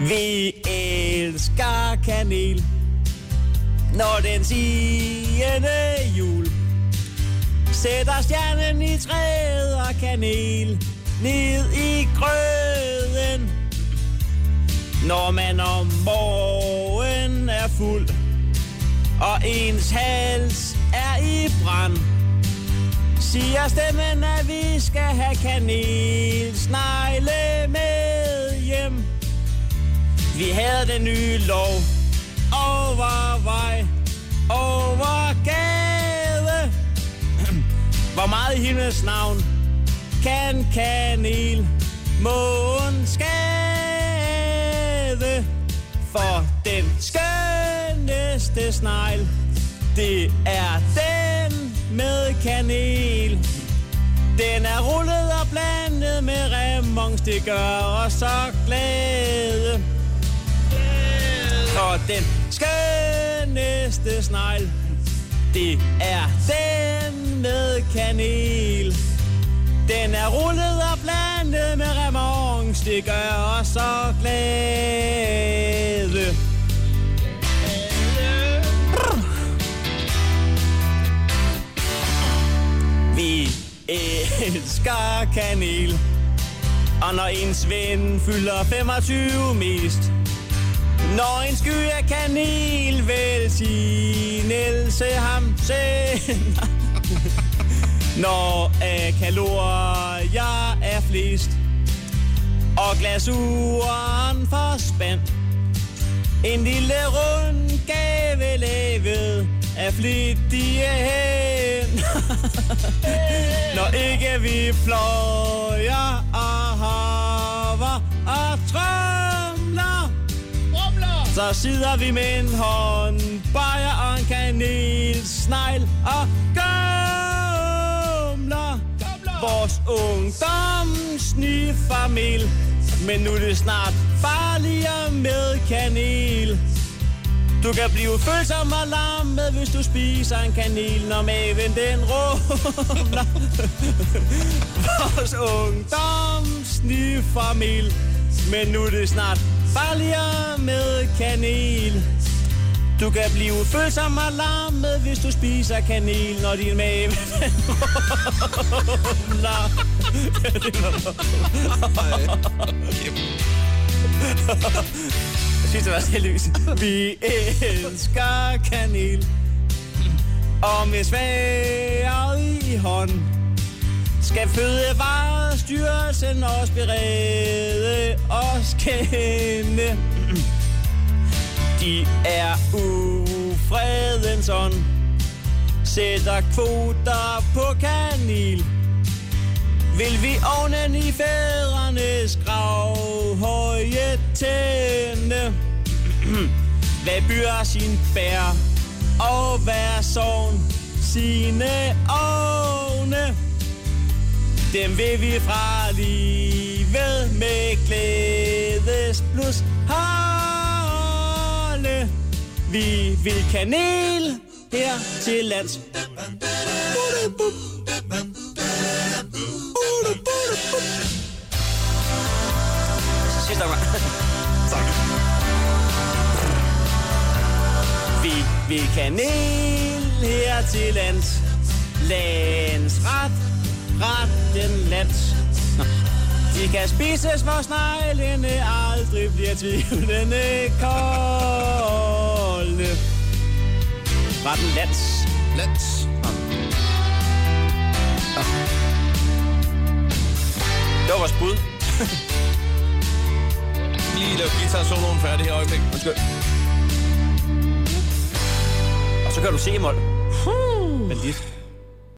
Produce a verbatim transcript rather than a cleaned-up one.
Vi elsker kanel, når den sigende jul sætter stjernen i træet og kanel ned i grøden. Når man om morgenen er fuld og ens hals er i brand, siger stemmen, at vi skal have kanelsnegle med hjem. Vi havde den nye lov over vej, over gade. Hvor meget i himlens navn kan kanel måen skade? For den skønneste snegl, det er den med kanel. Den er rullet og blandet med remonce, det gør os så glade. For den skønneste snegl, det er den med kanel. Den er rullet og blandet med remonce, det gør os så glade. Vi elsker kanel, og når ens ven fylder femogtyve mest, når en sky af kanel velsignelse ham sender. Når af kalorier er flest, og glasuren forspand, en lille rund gave lavet af flittige hænder. Når ikke vi pløjer og haver og trømler, så sidder vi med en hånd, bajer og en kanelsnegl og gumler. Vores ungdom sniffer mel, men nu er det snart farligere med kanel. Du kan blive følsom og lammet, hvis du spiser en kanel, når maven den rumler. Vores ungdom sniffer mel, men nu er det snart farligere med kanel. Du kan blive følsom og lammet, hvis du spiser kanel, når din mave den rumler. Jeg synes, det var seriøst. Vi elsker kanel, og med sværet i hånd skal Fødevarestyrelsen også berede os kende. De er ufredens ånd, sætter kvoter på kanel. Vil vi ovnen i fædrenes grav høje tænde? Hvad byer sin bær og hver sovn sine ovne? Dem vil vi fra livet med glædes plus holde. Vi vil kanel her til lands. Sidste gang. Tak. Vi vil kanel her til lands. Landsret, retten lands. De kan spises, hvor sneglene aldrig bliver tvivlende kolde. Retten lands. Lands. Ja. Det var vores bud. Lige lave guitar-soloen færdig her øjeblik. Undskyld. Og så kan du se i mål. Men lidt.